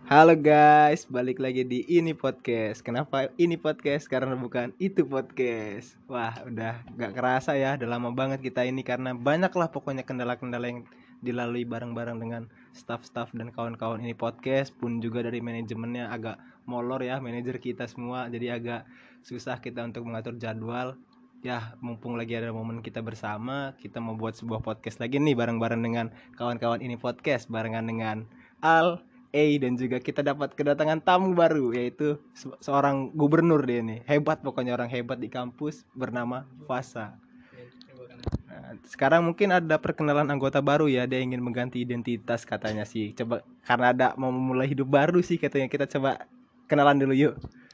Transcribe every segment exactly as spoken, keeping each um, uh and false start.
Halo guys, balik lagi di ini podcast. Kenapa ini podcast? Karena bukan itu podcast. Wah, udah gak kerasa ya, udah lama banget kita ini karena banyaklah pokoknya kendala-kendala yang dilalui bareng-bareng dengan staff-staff dan kawan-kawan ini podcast, pun juga dari manajemennya agak molor ya, manajer kita semua. Jadi agak susah kita untuk mengatur jadwal. Ya, mumpung lagi ada momen kita bersama, kita mau buat sebuah podcast lagi nih bareng-bareng dengan kawan-kawan ini podcast barengan dengan Al, A, dan juga kita dapat kedatangan tamu baru, yaitu se- seorang gubernur dia nih. Hebat, pokoknya orang hebat di kampus, bernama Fasa. Nah, sekarang mungkin ada perkenalan anggota baru ya, dia ingin mengganti identitas katanya sih. Coba karena ada mau memulai hidup baru sih katanya, kita coba kenalan dulu yuk.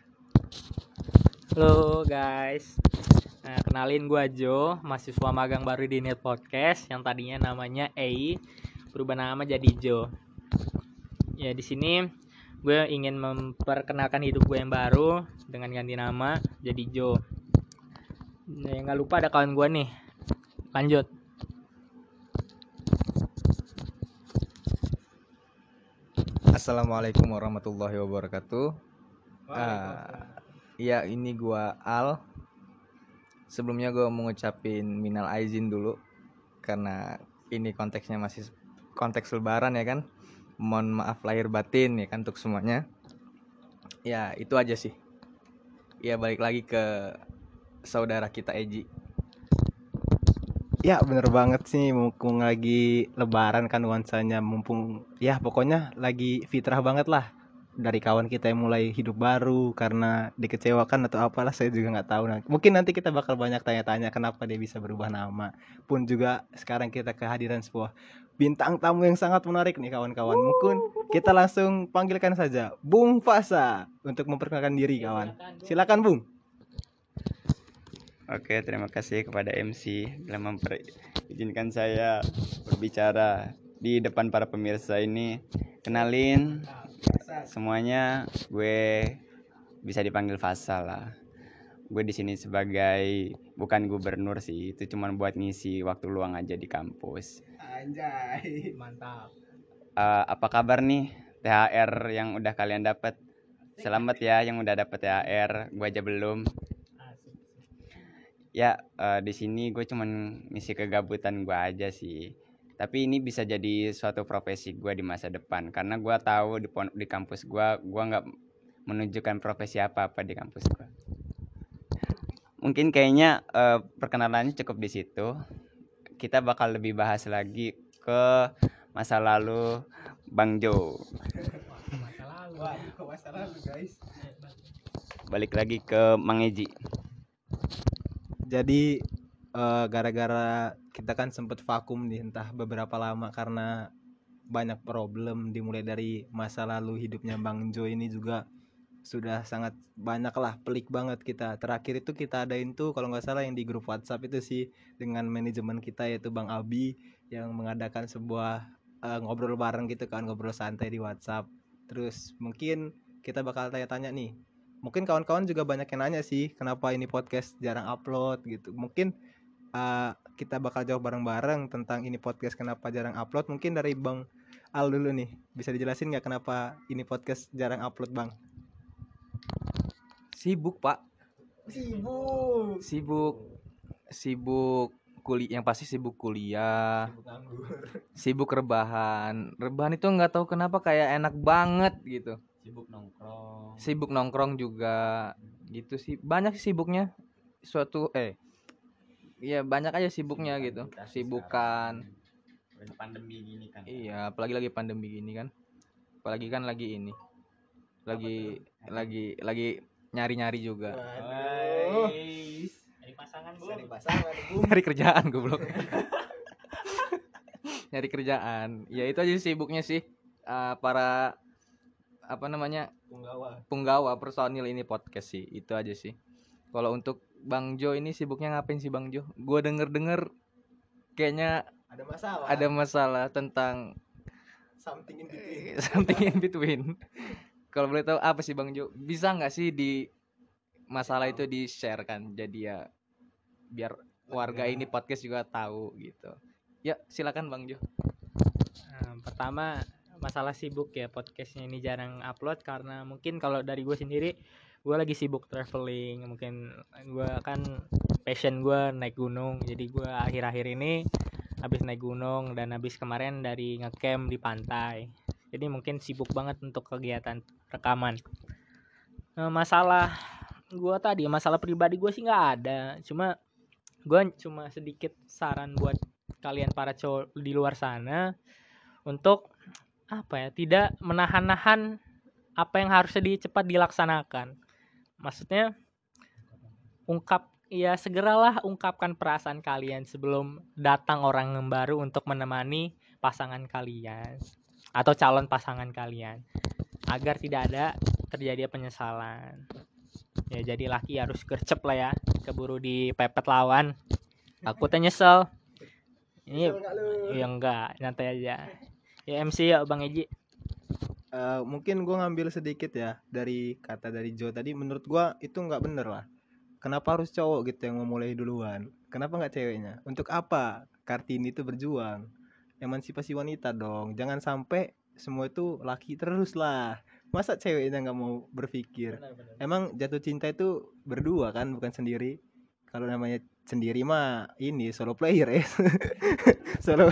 Halo guys, nah, kenalin gue Jo, mahasiswa magang baru di Net Podcast yang tadinya namanya A, berubah nama jadi Jo. Ya di sini gue ingin memperkenalkan hidup gue yang baru dengan ganti nama jadi Jo. Nah, nggak lupa ada kawan gue nih. Lanjut. Assalamualaikum warahmatullahi wabarakatuh. Ah, ya ini gua Al. Sebelumnya gua mau ngucapin minal aizin dulu karena ini konteksnya masih konteks lebaran ya kan. Mohon maaf lahir batin ya kan untuk semuanya. Ya, itu aja sih. Ya balik lagi ke saudara kita Eji. Ya bener banget sih, mumpung lagi lebaran kan nuansanya, mumpung ya pokoknya lagi fitrah banget lah dari kawan kita yang mulai hidup baru karena dikecewakan atau apalah, saya juga nggak tahu. Nah, mungkin nanti kita bakal banyak tanya-tanya kenapa dia bisa berubah nama. Pun juga sekarang kita kehadiran sebuah bintang tamu yang sangat menarik nih kawan-kawan. Mungkin kita langsung panggilkan saja Bung Fasa untuk memperkenalkan diri kawan. Silakan Bung. Oke, terima kasih kepada M C telah memperizinkan saya berbicara di depan para pemirsa ini. Kenalin semuanya, gue bisa dipanggil Fasa lah. Gue di sini sebagai bukan gubernur sih, itu cuma buat ngisi waktu luang aja di kampus. Anjay. Mantap. Uh, apa kabar nih T H R yang udah kalian dapat? Selamat ya yang udah dapat T H R, gue aja belum. Ya, uh, di sini gue cuman ngisi kegabutan gue aja sih. Tapi ini bisa jadi suatu profesi gue di masa depan. Karena gue tahu di, di kampus gue, gue nggak menunjukkan profesi apa-apa di kampus gue. Mungkin kayaknya uh, perkenalannya cukup di situ. Kita bakal lebih bahas lagi ke masa lalu Bang Jo. Masa lalu. Waduh, masa lalu guys. Balik lagi ke Mang Eji. Jadi uh, gara-gara kita kan sempet vakum nih entah beberapa lama karena banyak problem, dimulai dari masa lalu hidupnya Bang Jo ini juga sudah sangat banyak lah, pelik banget kita. Terakhir itu kita adain tuh kalau nggak salah yang di grup WhatsApp itu sih dengan manajemen kita yaitu Bang Abi yang mengadakan sebuah uh, ngobrol bareng gitu kan, ngobrol santai di WhatsApp. Terus mungkin kita bakal tanya-tanya nih. Mungkin kawan-kawan juga banyak yang nanya sih kenapa ini podcast jarang upload gitu. Mungkin uh, kita bakal jawab bareng-bareng tentang ini podcast kenapa jarang upload. Mungkin dari Bang Al dulu nih, bisa dijelasin nggak kenapa ini podcast jarang upload Bang? Sibuk, Pak. Sibuk. Sibuk. Sibuk kuliah, yang pasti sibuk kuliah. Sibuk nganggur. Sibuk rebahan. Rebahan itu nggak tahu kenapa kayak enak banget gitu. Sibuk nongkrong. Sibuk nongkrong juga gitu sih. Banyak sih sibuknya. Suatu eh ya banyak aja sibuknya Sibukan gitu. kita sih Sibukan. sekarang. Pandemi gini kan. Iya, apalagi lagi pandemi gini kan. Apalagi kan lagi ini. Lagi lagi lagi nyari-nyari juga. Waduh. Dari pasangan bu. Cari pasangan, Bung. Nyari kerjaan goblok. Nyari kerjaan. Ya itu aja sibuknya sih. Uh, para apa namanya? Punggawa. Punggawa personil ini podcast sih. Itu aja sih. Kalau untuk Bang Jo ini sibuknya ngapain sih Bang Jo? Gue denger-denger kayaknya Ada masalah. ada masalah tentang something in between. something in between. Kalau boleh tahu apa sih Bang Jo? Bisa nggak sih di masalah itu di-share kan? Jadi ya biar warga ini podcast juga tahu gitu. Ya, silakan Bang Jo. Nah, pertama masalah sibuk ya, podcastnya ini jarang upload karena mungkin kalau dari gue sendiri, gue lagi sibuk traveling. Mungkin gue kan passion gue naik gunung, jadi gue akhir-akhir ini habis naik gunung dan habis kemarin dari ngecamp di pantai. Jadi mungkin sibuk banget untuk kegiatan rekaman. Nah, masalah gue tadi, masalah pribadi gue sih nggak ada. Cuma gue cuma sedikit saran buat kalian para cowok di luar sana untuk apa ya, tidak menahan-nahan apa yang harusnya di, cepat dilaksanakan. Maksudnya ungkap ya segeralah ungkapkan perasaan kalian sebelum datang orang yang baru untuk menemani pasangan kalian atau calon pasangan kalian, agar tidak ada terjadi penyesalan. Ya jadi laki harus gercep lah ya, keburu dipepet lawan takutnya nyesel. Ini ya enggak, nyantai aja. Ya M C ya Bang Eji. Eh, mungkin gue ngambil sedikit ya dari kata dari Joe tadi. Menurut gue itu nggak bener lah. Kenapa harus cowok gitu yang memulai duluan? Kenapa nggak ceweknya? Untuk apa Kartini itu berjuang? Emansipasi wanita dong. Jangan sampai semua itu laki terus lah. Masa ceweknya nggak mau berpikir? Emang jatuh cinta itu berdua kan, bukan sendiri. Kalau namanya sendiri mah ini solo player ya. solo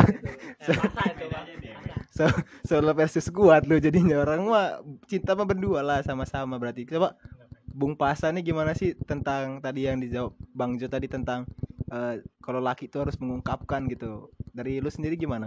so, solo versus squad lu jadinya. Orang mah cinta mah berdua lah, sama-sama. Berarti coba Bung Pasa nih gimana sih tentang tadi yang dijawab Bang Jo tadi tentang uh, kalau laki itu harus mengungkapkan gitu. Dari lu sendiri gimana?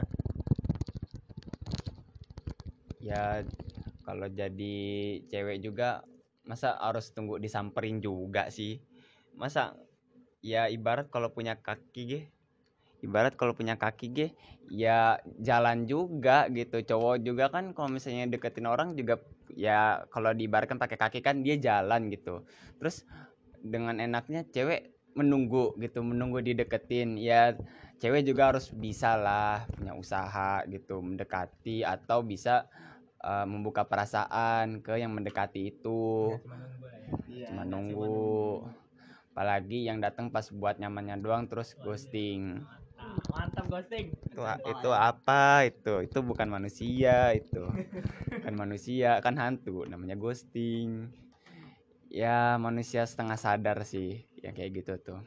Ya kalau jadi cewek juga masa harus tunggu disamperin juga sih? Masa ya ibarat kalau punya kaki ge, ibarat kalau punya kaki ge ya jalan juga gitu. Cowok juga kan kalau misalnya deketin orang juga ya kalau diibaratkan pakai kaki kan dia jalan gitu. Terus dengan enaknya cewek menunggu gitu, menunggu dideketin. Ya cewek juga harus bisa lah punya usaha gitu mendekati atau bisa uh, membuka perasaan ke yang mendekati itu. Iya, Cuma nunggu, apalagi yang datang pas buat nyamannya doang terus ghosting. Mantap ghosting. Itu itu apa itu? Itu bukan manusia itu. Bukan manusia, kan hantu namanya ghosting. Ya manusia setengah sadar sih yang kayak gitu tuh.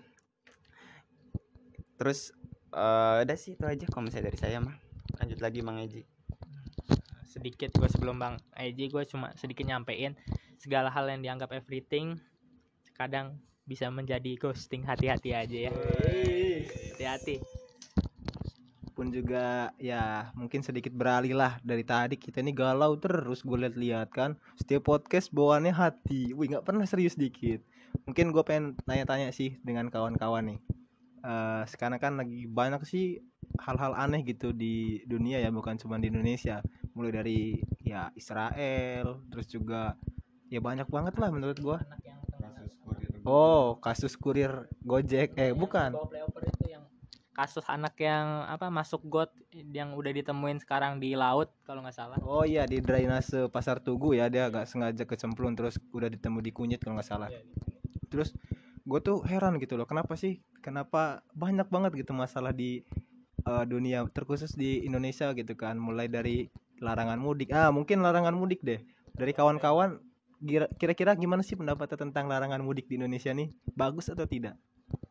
Terus uh, udah sih itu aja kalau misalnya dari saya mah. Lanjut lagi Bang Eji. Sedikit gue sebelum Bang Eji, gue cuma sedikit nyampein segala hal yang dianggap everything kadang bisa menjadi ghosting. Hati-hati aja ya. Hati-hati. Pun juga ya mungkin sedikit beralih lah dari tadi kita ini galau terus gue lihat-lihat kan. Setiap podcast bawaannya hati. Wih nggak pernah serius dikit. Mungkin gue pengen tanya-tanya sih dengan kawan-kawan nih. Uh, sekarang kan lagi banyak sih hal-hal aneh gitu di dunia ya, bukan cuma di Indonesia. Mulai dari ya Israel, terus juga ya banyak banget lah menurut gue. Oh, kasus kurir Gojek. Eh, bukan. Kasus anak yang apa masuk got yang udah ditemuin sekarang di laut kalau nggak salah. Oh iya, di drainase Pasar Tugu ya, dia agak sengaja kecemplung terus udah ditemu di kunyit kalau nggak salah. Terus gue tuh heran gitu loh, kenapa sih? Kenapa banyak banget gitu masalah di uh, dunia, terkhusus di Indonesia gitu kan. Mulai dari larangan mudik. Ah, mungkin larangan mudik deh. Dari kawan-kawan kira-kira gimana sih pendapatnya tentang larangan mudik di Indonesia nih? Bagus atau tidak?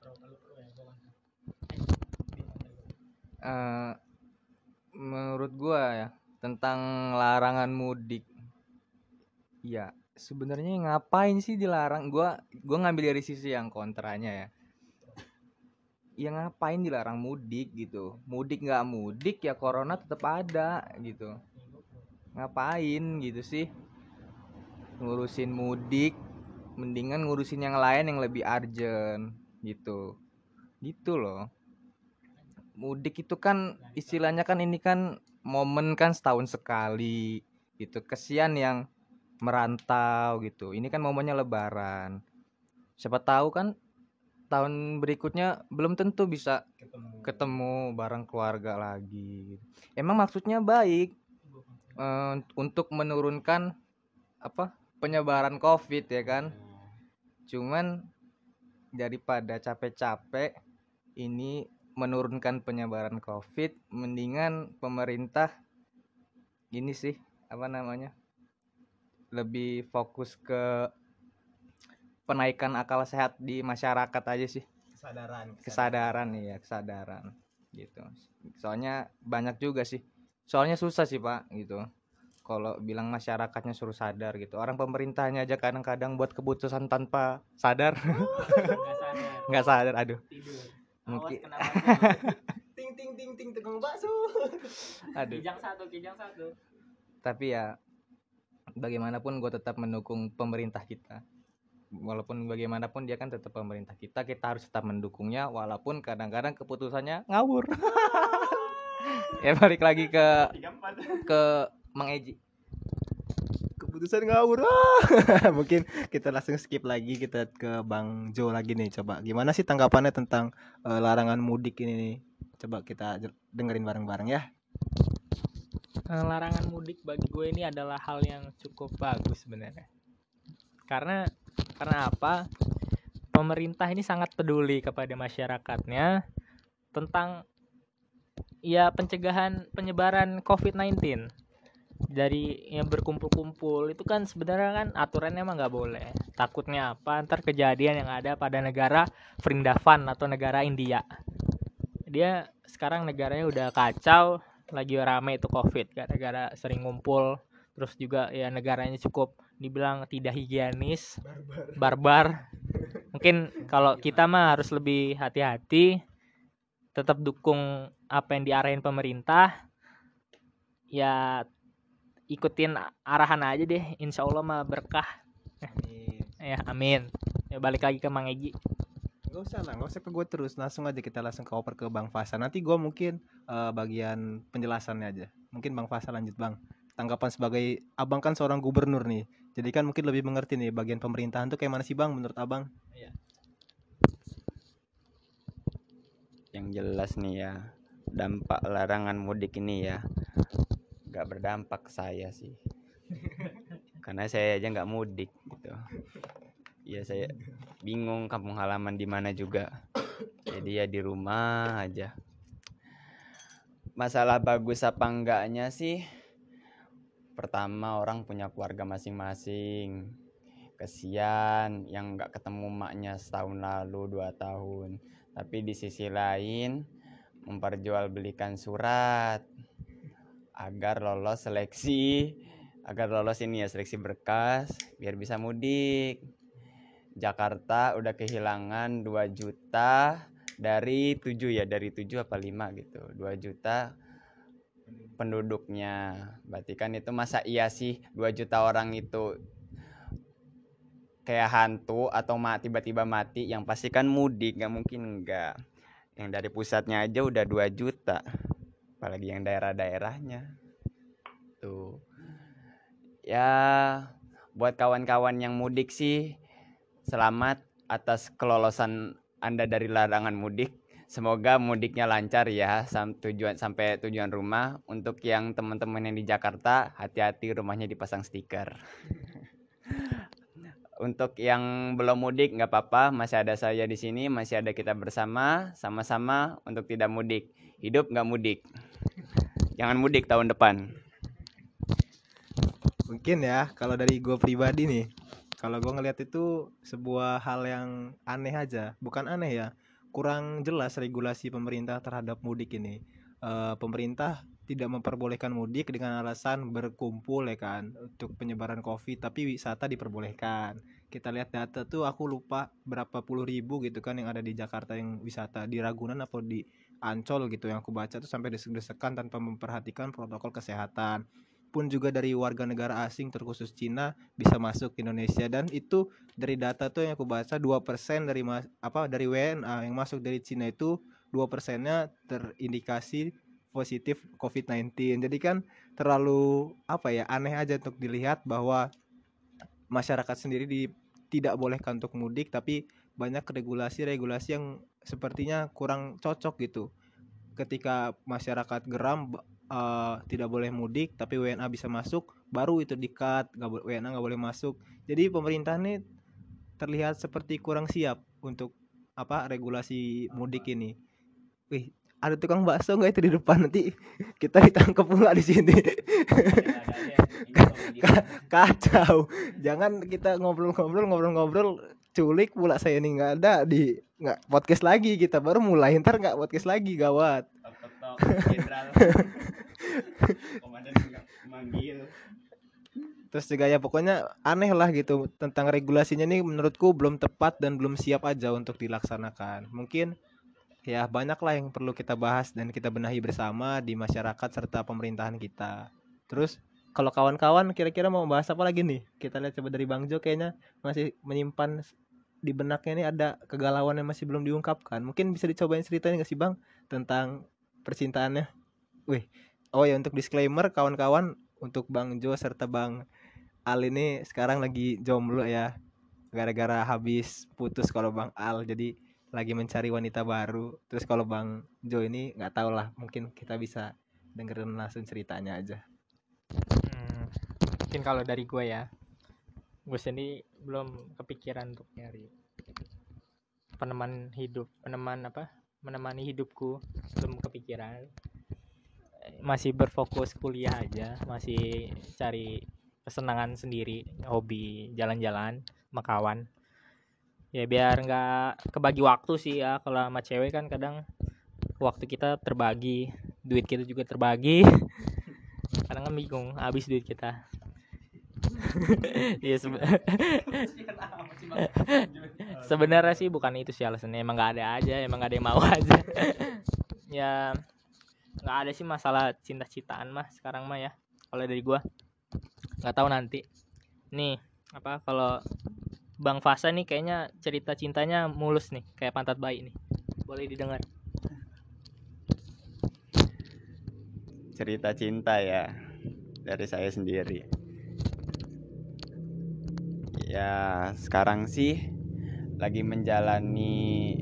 Uh, menurut gua ya tentang larangan mudik, ya sebenarnya ngapain sih dilarang? Gua gua ngambil dari sisi yang kontranya ya. Ya ngapain dilarang mudik gitu? Mudik nggak mudik ya corona tetap ada gitu. Ngapain gitu sih? Ngurusin mudik, mendingan ngurusin yang lain yang lebih urgent gitu. Gitu loh. Mudik itu kan istilahnya kan ini kan momen kan setahun sekali gitu. Kesian yang merantau gitu. Ini kan momennya lebaran. Siapa tahu kan tahun berikutnya belum tentu bisa ketemu, ketemu bareng keluarga lagi. Emang maksudnya baik uh, untuk menurunkan apa penyebaran COVID ya kan. Cuman daripada capek-capek ini menurunkan penyebaran COVID, mendingan pemerintah ini sih apa namanya lebih fokus ke penaikan akal sehat di masyarakat aja sih. Kesadaran, Kesadaran nih ya, kesadaran gitu. Soalnya banyak juga sih. Soalnya susah sih Pak gitu. Kalau bilang masyarakatnya suruh sadar gitu. Orang pemerintahnya aja kadang-kadang buat keputusan tanpa sadar. Nggak sadar. Nggak sadar, aduh. Tidur. Awas Mungkin kena bajak. ting ting ting ting tukang bakso. aduh. Kijang satu, kijang satu. Tapi ya bagaimanapun gue tetap mendukung pemerintah kita. Walaupun bagaimanapun dia kan tetap pemerintah kita, kita harus tetap mendukungnya walaupun kadang-kadang keputusannya ngawur. Ya balik lagi ke ke Mang Eji. Keputusan ngawur. Ah. Mungkin kita langsung skip lagi, kita ke Bang Jo lagi nih. Coba gimana sih tanggapannya tentang uh, larangan mudik ini nih? Coba kita dengerin bareng-bareng ya. Larangan mudik bagi gue ini adalah hal yang cukup bagus sebenarnya. Karena karena apa? Pemerintah ini sangat peduli kepada masyarakatnya tentang ya pencegahan penyebaran covid sembilan belas. Dari yang berkumpul-kumpul itu kan sebenarnya kan aturannya emang nggak boleh. Takutnya apa? Ntar kejadian yang ada pada negara Vrindavan atau negara India. Dia sekarang negaranya udah kacau, lagi rame itu covid gara-gara sering ngumpul. Terus juga ya negaranya cukup dibilang tidak higienis, barbar. barbar. Mungkin kalau kita mah harus lebih hati-hati, tetap dukung apa yang diarahin pemerintah. Ya ikutin arahan aja deh, insya Allah mah berkah. Amin. Ya amin. Ya balik lagi ke Mang Eji. Gak usah lah, gak usah ke gue terus, langsung aja kita langsung ke oper ke Bang Fasa. Nanti gue mungkin uh, bagian penjelasannya aja. Mungkin Bang Fasa lanjut Bang. Tanggapan sebagai abang kan seorang gubernur nih, jadi kan mungkin lebih mengerti nih bagian pemerintahan tuh kayak mana sih Bang menurut abang? Iya. Yang jelas nih ya, dampak larangan mudik ini ya nggak berdampak ke saya sih. Karena saya aja nggak mudik gitu. Ya saya bingung kampung halaman di mana juga. Jadi ya di rumah aja. Masalah bagus apa enggaknya sih? Pertama orang punya keluarga masing-masing. Kesian yang nggak ketemu maknya setahun lalu, dua tahun. Tapi di sisi lain memperjualbelikan surat agar lolos seleksi, agar lolos ini ya seleksi berkas biar bisa mudik. Jakarta udah kehilangan dua juta dari tujuh ya, dari tujuh apa lima gitu. dua juta penduduknya. Berarti kan itu masa iya sih dua juta orang itu kayak hantu atau ma- tiba-tiba mati, yang pasti kan mudik, nggak mungkin enggak. Yang dari pusatnya aja udah dua juta. Apalagi yang daerah-daerahnya. Tuh. Ya, buat kawan-kawan yang mudik sih, selamat atas kelolosan Anda dari larangan mudik. Semoga mudiknya lancar ya sam- tujuan sampai tujuan rumah. Untuk yang teman-teman yang di Jakarta, hati-hati rumahnya dipasang stiker. Untuk yang belum mudik nggak apa-apa, masih ada saya di sini, masih ada kita bersama, sama-sama untuk tidak mudik. Hidup nggak mudik. Jangan mudik tahun depan. Mungkin ya kalau dari gue pribadi nih, kalau gue ngelihat itu sebuah hal yang aneh aja, bukan aneh ya, kurang jelas regulasi pemerintah terhadap mudik ini. E, pemerintah tidak memperbolehkan mudik dengan alasan berkumpul ya kan, untuk penyebaran covid, tapi wisata diperbolehkan. Kita lihat data tuh, aku lupa berapa puluh ribu gitu kan yang ada di Jakarta yang wisata, di Ragunan apa di Ancol gitu yang aku baca tuh sampai desek-desekan tanpa memperhatikan protokol kesehatan. Pun juga dari warga negara asing terkhusus Cina bisa masuk ke Indonesia, dan itu dari data tuh yang aku baca dua persen dari mas, apa dari W N A yang masuk dari Cina itu dua persennya terindikasi positif covid sembilan belas. Jadi kan terlalu apa ya, aneh aja untuk dilihat bahwa masyarakat sendiri di, tidak bolehkan untuk mudik, tapi banyak regulasi-regulasi yang sepertinya kurang cocok gitu. Ketika masyarakat geram uh, tidak boleh mudik tapi W N A bisa masuk, baru itu di-cut, W N A nggak boleh masuk. Jadi pemerintah ini terlihat seperti kurang siap untuk apa regulasi mudik ini. Wih, ada tukang bakso nggak itu di depan, nanti kita ditangkap nggak di sini? Kacau. Jangan kita ngobrol-ngobrol ngobrol-ngobrol culik pula saya ini nggak ada di nggak podcast lagi, kita baru mulai ntar nggak podcast lagi, gawat. Tok-tok jenderal. Komandan nggak manggil. Terus juga ya pokoknya aneh lah gitu tentang regulasinya nih, menurutku belum tepat dan belum siap aja untuk dilaksanakan. Mungkin ya banyak lah yang perlu kita bahas dan kita benahi bersama di masyarakat serta pemerintahan kita. Terus kalau kawan-kawan kira-kira mau bahas apa lagi nih? Kita lihat coba dari Bang Jo, kayaknya masih menyimpan di benaknya ini ada kegalauan yang masih belum diungkapkan. Mungkin bisa dicobain ceritain nggak sih Bang tentang percintaannya? Wih, oh ya untuk disclaimer kawan-kawan, untuk Bang Jo serta Bang Al ini sekarang lagi jomblo ya, gara-gara habis putus kalau Bang Al, jadi lagi mencari wanita baru. Terus kalau Bang Jo ini nggak tahu lah, mungkin kita bisa dengerin langsung ceritanya aja. Hmm, mungkin kalau dari gue ya, gue sendiri belum kepikiran untuk nyari peneman hidup, peneman apa, menemani hidupku, belum kepikiran. Masih berfokus kuliah aja, masih cari kesenangan sendiri, hobi jalan-jalan sama kawan. Ya biar nggak kebagi waktu sih ya, kalau sama cewek kan kadang waktu kita terbagi, duit kita juga terbagi. Kadang kan bingung habis duit kita. Iya sebe- sebenarnya sih bukan itu sih alasannya, emang nggak ada aja, emang nggak ada yang mau aja. Ya nggak ada sih masalah cinta-cintaan mah sekarang mah ya. Kalau dari gua nggak tahu nanti. Nih apa kalau Bang Fasa nih kayaknya cerita cintanya mulus nih, kayak pantat bayi nih. Boleh didengar. Cerita cinta ya dari saya sendiri. Ya sekarang sih lagi menjalani,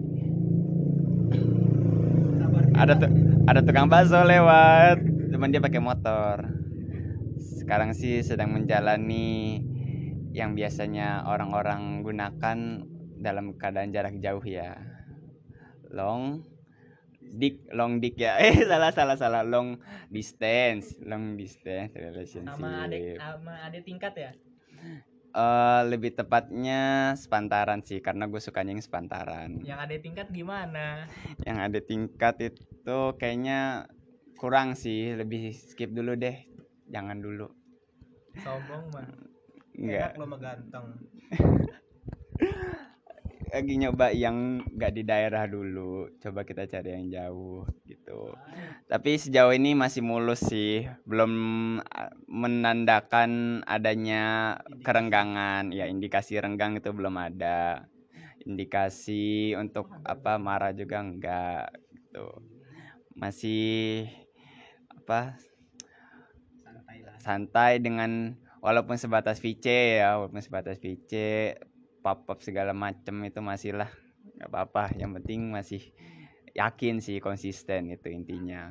ada tuh ada tukang bakso lewat, cuman dia pakai motor. Sekarang sih sedang menjalani yang biasanya orang-orang gunakan dalam keadaan jarak jauh ya, long dick long dick ya eh salah salah salah long distance long distance relationship. Sama adik sama adik tingkat ya? Eh, lebih tepatnya sepantaran sih, karena gue sukanya yang sepantaran. Yang adik tingkat gimana? Yang ada tingkat itu kayaknya kurang sih, lebih skip dulu deh, jangan dulu. Sombong mah. Enggak, lo mah ganteng. lagi nyoba yang nggak di daerah dulu, coba kita cari yang jauh gitu. Tapi sejauh ini masih mulus sih, belum ah, menandakan adanya kerenggangan ya, indikasi renggang itu belum ada, indikasi untuk apa marah juga enggak gitu, masih apa Santai lah. santai dengan walaupun sebatas V C ya, walaupun sebatas V C pop-up segala macem itu masih lah nggak apa-apa, yang penting masih yakin sih, konsisten itu intinya.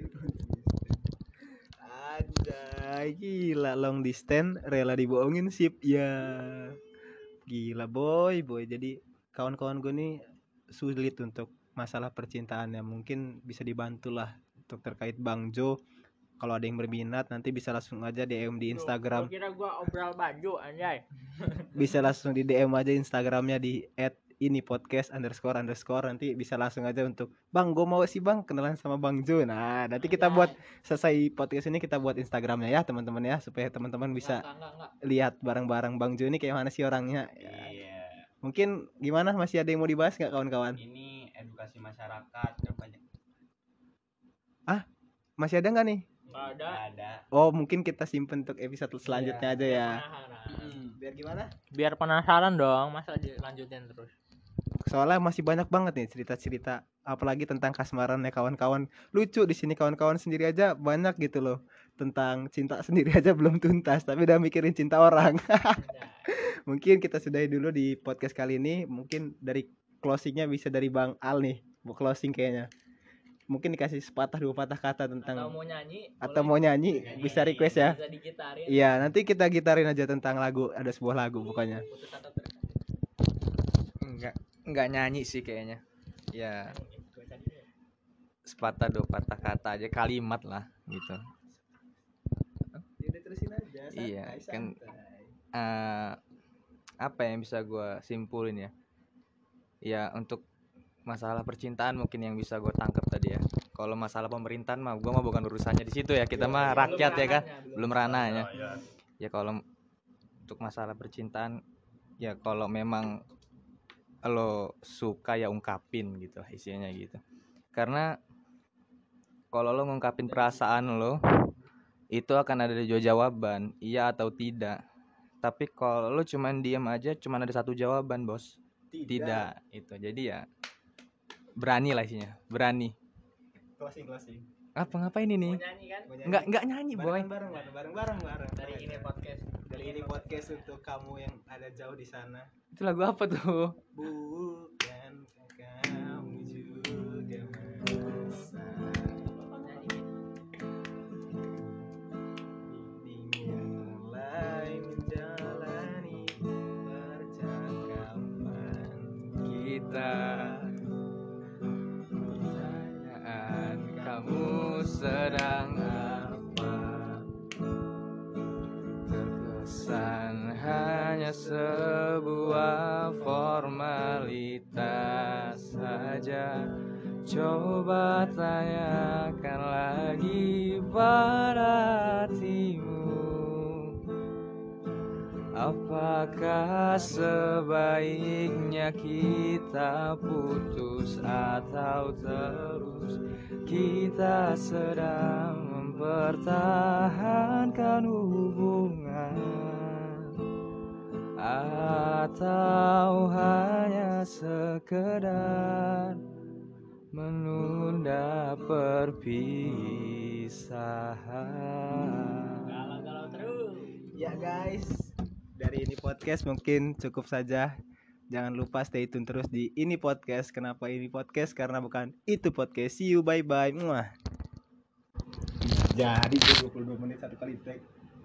Ada gila long distance rela dibohongin sip ya. Gila boy boy. Jadi kawan-kawan gue nih sulit untuk masalah percintaannya, mungkin bisa dibantu lah untuk terkait Bang Jo. Kalau ada yang berminat nanti bisa langsung aja D M di Instagram. Kira gua obral baju anjay. Bisa langsung di D M aja Instagramnya di at ini podcast underscore underscore, nanti bisa langsung aja untuk Bang gue mau sih Bang kenalan sama Bang Jo. Nah nanti kita buat selesai podcast ini kita buat Instagramnya ya teman-teman ya, supaya teman-teman bisa Enggak, enggak, enggak. lihat bareng-barang Bang Jo ini kayak mana sih orangnya. Iya, Mungkin gimana, masih ada yang mau dibahas nggak kawan-kawan? ini edukasi masyarakat kan banyak. Masih ada nggak nih? Enggak ada. Ada. Oh mungkin kita simpen untuk episode selanjutnya aja ya. Penasaran. Biar gimana? Biar penasaran dong, masa dilanjutin terus. Soalnya masih banyak banget nih cerita-cerita, apalagi tentang kasmaran ya kawan-kawan. Lucu di sini kawan-kawan sendiri aja banyak gitu loh. Tentang cinta sendiri aja belum tuntas, tapi udah mikirin cinta orang. Mungkin kita sudahi dulu di podcast kali ini. Mungkin dari closingnya bisa dari Bang Al nih. Mau closing kayaknya. Mungkin dikasih sepatah dua patah kata tentang Atau mau nyanyi? atau boleh. mau nyanyi, bisa request ya. Bisa digitarin. Iya, nanti kita gitarin aja tentang lagu, ada sebuah lagu pokoknya. Putus atau ter- Enggak, enggak nyanyi sih kayaknya. Ya, sepatah dua patah kata aja, kalimat lah gitu. terusin aja. Santai, Iya, kan santai. eh, apa yang bisa gue simpulin ya? Ya untuk masalah percintaan mungkin yang bisa gue tangkap tadi ya. Kalau masalah pemerintahan mah gue mah bukan urusannya di situ ya. Kita Iya, mah iya. rakyat ya kan, ranahnya, belum ranahnya. Ya kalau untuk masalah percintaan ya kalau memang lo suka ya ungkapin gitu isinya gitu. Karena kalau lo ngungkapin perasaan lo itu akan ada dua jawaban, iya atau tidak. Tapi kalau lo cuman diem aja cuman ada satu jawaban, Bos. Tidak. Itu. Jadi ya berani lah isinya, berani. Closing, closing. Apa ngapain ini? Mau nyanyi kan? Mau Enggak enggak nyanyi, boy. bareng bareng bareng bareng bareng bareng Dari ini podcast. dari ini podcast untuk kamu yang ada jauh di sana. Itu lagu apa tuh? Bukan kamu juga merasa ingin mulai menjalani percakapan Kita pertanyaan kamu sedang apa? Terkesan hanya sebuah formalitas saja. Coba tanyakan lagi pada hatimu, apakah sebaiknya kita putus atau terus kita sedang mempertahankan hubungan, atau hanya sekedar menunda perpisahan. Galau-galau terus. ya guys. Dari ini podcast mungkin cukup saja. Jangan lupa stay tune terus di ini podcast. Kenapa ini podcast? Karena bukan itu podcast. See you, bye bye. Muah. Jadi dua puluh dua menit satu kali take.